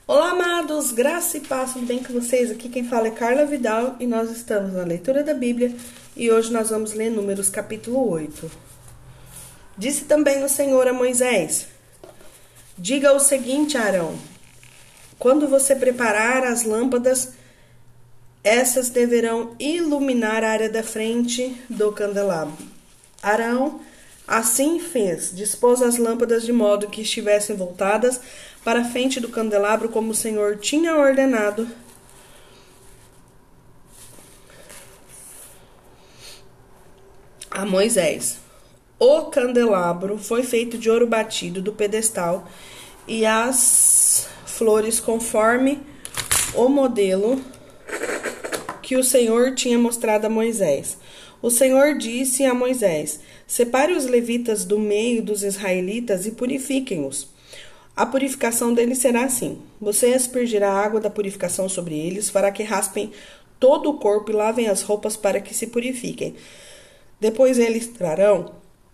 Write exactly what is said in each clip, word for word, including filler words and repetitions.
Olá, amados, graça e paz, tudo bem com vocês? Aqui quem fala é Carla Vidal e nós estamos na leitura da Bíblia e hoje nós vamos ler Números capítulo oito. Disse também o Senhor a Moisés: diga o seguinte, Arão: quando você preparar as lâmpadas, essas deverão iluminar a área da frente do candelabro. Arão assim fez, dispôs as lâmpadas de modo que estivessem voltadas para a frente do candelabro, como o Senhor tinha ordenado. A Moisés. O candelabro foi feito de ouro batido do pedestal e as flores conforme o modelo que o Senhor tinha mostrado a Moisés. O Senhor disse a Moisés: separe os levitas do meio dos israelitas e purifiquem-os. A purificação deles será assim: você aspergirá a água da purificação sobre eles, fará que raspem todo o corpo e lavem as roupas para que se purifiquem. Depois eles trarão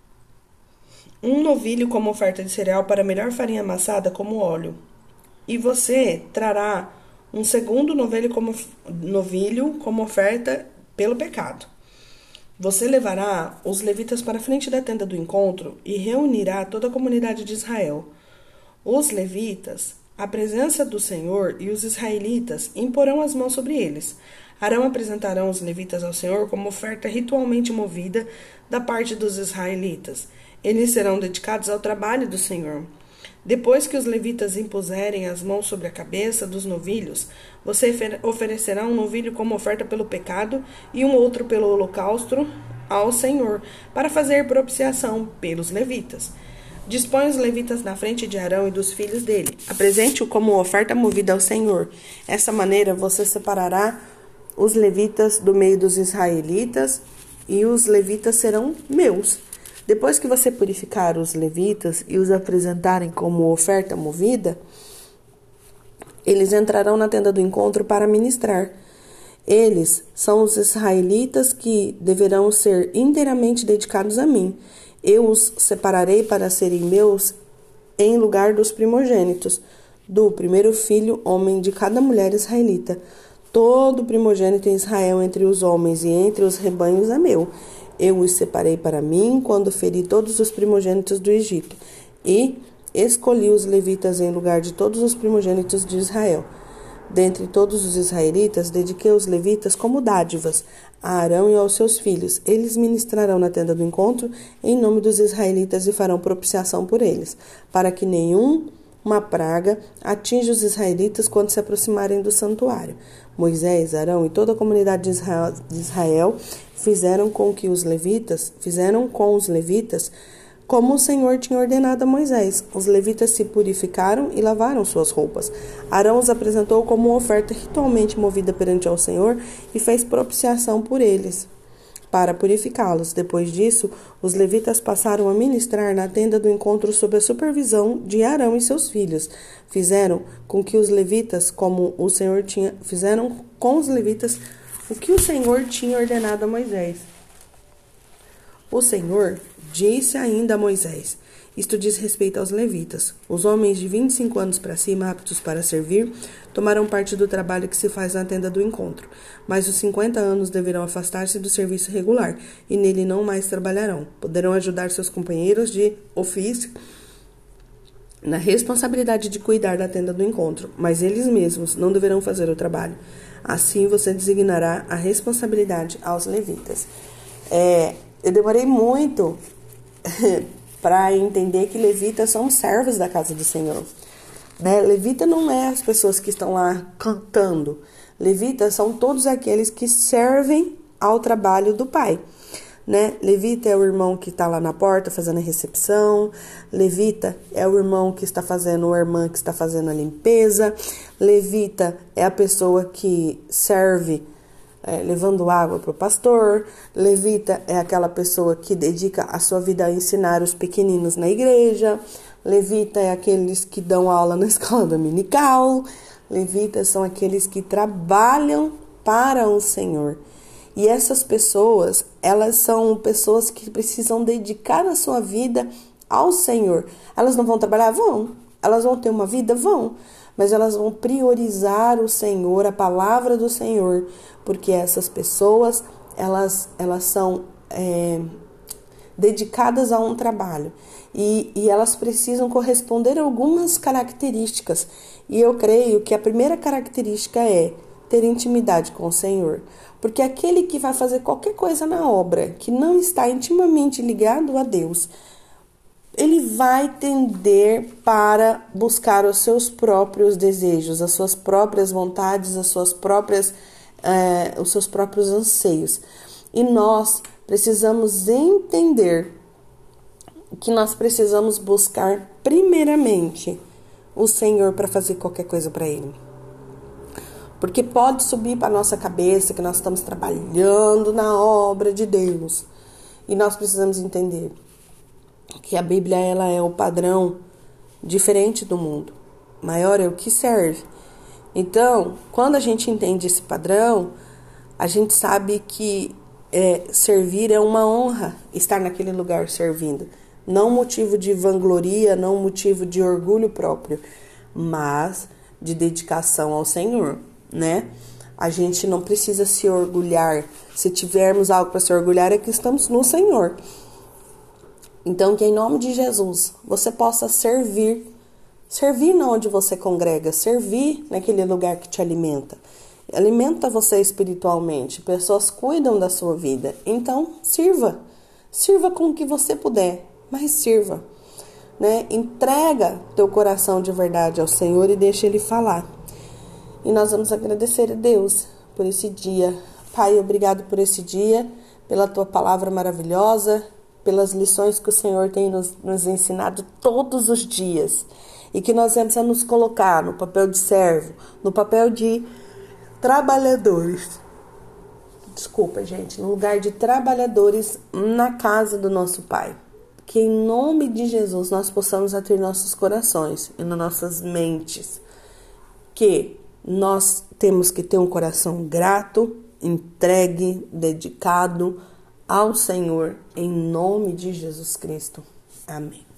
um novilho como oferta de cereal para melhor farinha amassada como óleo. E você trará um segundo novilho como, novilho como oferta pelo pecado. Você levará os levitas para a frente da tenda do encontro e reunirá toda a comunidade de Israel. Os levitas, a presença do Senhor e os israelitas imporão as mãos sobre eles. Arão apresentarão os levitas ao Senhor como oferta ritualmente movida da parte dos israelitas. Eles serão dedicados ao trabalho do Senhor. Depois que os levitas impuserem as mãos sobre a cabeça dos novilhos, você oferecerá um novilho como oferta pelo pecado e um outro pelo holocausto ao Senhor, para fazer propiciação pelos levitas. Dispõe os levitas na frente de Arão e dos filhos dele. Apresente-o como oferta movida ao Senhor. Dessa maneira você separará os levitas do meio dos israelitas e os levitas serão meus. Depois que você purificar os levitas e os apresentarem como oferta movida, eles entrarão na tenda do encontro para ministrar. Eles são os israelitas que deverão ser inteiramente dedicados a mim. Eu os separarei para serem meus em lugar dos primogênitos, do primeiro filho homem de cada mulher israelita. Todo primogênito em Israel entre os homens e entre os rebanhos é meu. Eu os separei para mim quando feri todos os primogênitos do Egito e escolhi os levitas em lugar de todos os primogênitos de Israel. Dentre todos os israelitas, dediquei os levitas como dádivas a Arão e aos seus filhos. Eles ministrarão na tenda do encontro em nome dos israelitas e farão propiciação por eles, para que nenhuma praga atinja os israelitas quando se aproximarem do santuário. Moisés, Arão e toda a comunidade de Israel, de Israel fizeram com que os levitas, fizeram com os levitas como o Senhor tinha ordenado a Moisés. Os levitas se purificaram e lavaram suas roupas. Arão os apresentou como uma oferta ritualmente movida perante ao Senhor e fez propiciação por eles, para purificá-los. Depois disso, os levitas passaram a ministrar na tenda do encontro sob a supervisão de Arão e seus filhos. Fizeram com que os levitas, como o Senhor tinha, fizeram com os levitas o que o Senhor tinha ordenado a Moisés. O Senhor disse ainda a Moisés: isto diz respeito aos levitas. Os homens de vinte e cinco anos para cima, aptos para servir, tomarão parte do trabalho que se faz na tenda do encontro. Mas os cinquenta anos deverão afastar-se do serviço regular, e nele não mais trabalharão. Poderão ajudar seus companheiros de ofício na responsabilidade de cuidar da tenda do encontro, mas eles mesmos não deverão fazer o trabalho. Assim você designará a responsabilidade aos levitas. É, eu demorei muito para entender que levitas são servos da casa do Senhor. Né? Levita não é as pessoas que estão lá cantando. Levitas são todos aqueles que servem ao trabalho do Pai. Né? Levita é o irmão que está lá na porta fazendo a recepção. Levita é o irmão que está fazendo, ou a irmã que está fazendo a limpeza. Levita é a pessoa que serve é, levando água para o pastor. Levita é aquela pessoa que dedica a sua vida a ensinar os pequeninos na igreja. Levita é aqueles que dão aula na escola dominical. Levitas são aqueles que trabalham para o Senhor. E essas pessoas, elas são pessoas que precisam dedicar a sua vida ao Senhor. Elas não vão trabalhar? Vão. Elas vão ter uma vida? Vão. mas elas vão priorizar o Senhor, a palavra do Senhor, porque essas pessoas, elas, elas são é, dedicadas a um trabalho e, e elas precisam corresponder a algumas características. E eu creio que a primeira característica é ter intimidade com o Senhor. Porque aquele que vai fazer qualquer coisa na obra, que não está intimamente ligado a Deus, ele vai tender para buscar os seus próprios desejos, as suas próprias vontades, as suas próprias, eh, os seus próprios anseios. E nós precisamos entender que nós precisamos buscar primeiramente o Senhor para fazer qualquer coisa para Ele. Porque pode subir para a nossa cabeça que nós estamos trabalhando na obra de Deus. E nós precisamos entender que a Bíblia ela é o padrão diferente do mundo. Maior é o que serve. Então, quando a gente entende esse padrão, a gente sabe que é, servir é uma honra estar naquele lugar servindo. Não motivo de vangloria, não motivo de orgulho próprio, mas de dedicação ao Senhor, né? A gente não precisa se orgulhar. Se tivermos algo para se orgulhar, é que estamos no Senhor. Então, que em nome de Jesus, você possa servir. Servir na onde você congrega. Servir naquele lugar que te alimenta. Alimenta você espiritualmente. Pessoas cuidam da sua vida. Então, sirva. Sirva com o que você puder, mas sirva. Né? Entrega teu coração de verdade ao Senhor e deixa Ele falar. E nós vamos agradecer a Deus por esse dia. Pai, obrigado por esse dia, pela Tua palavra maravilhosa, pelas lições que o Senhor tem nos, nos ensinado todos os dias. E que nós vamos nos colocar no papel de servo, no papel de trabalhadores. Desculpa, gente. No lugar de trabalhadores na casa do nosso Pai. Que em nome de Jesus nós possamos ater nossos corações e nas nossas mentes. Que nós temos que ter um coração grato, entregue, dedicado ao Senhor, em nome de Jesus Cristo. Amém.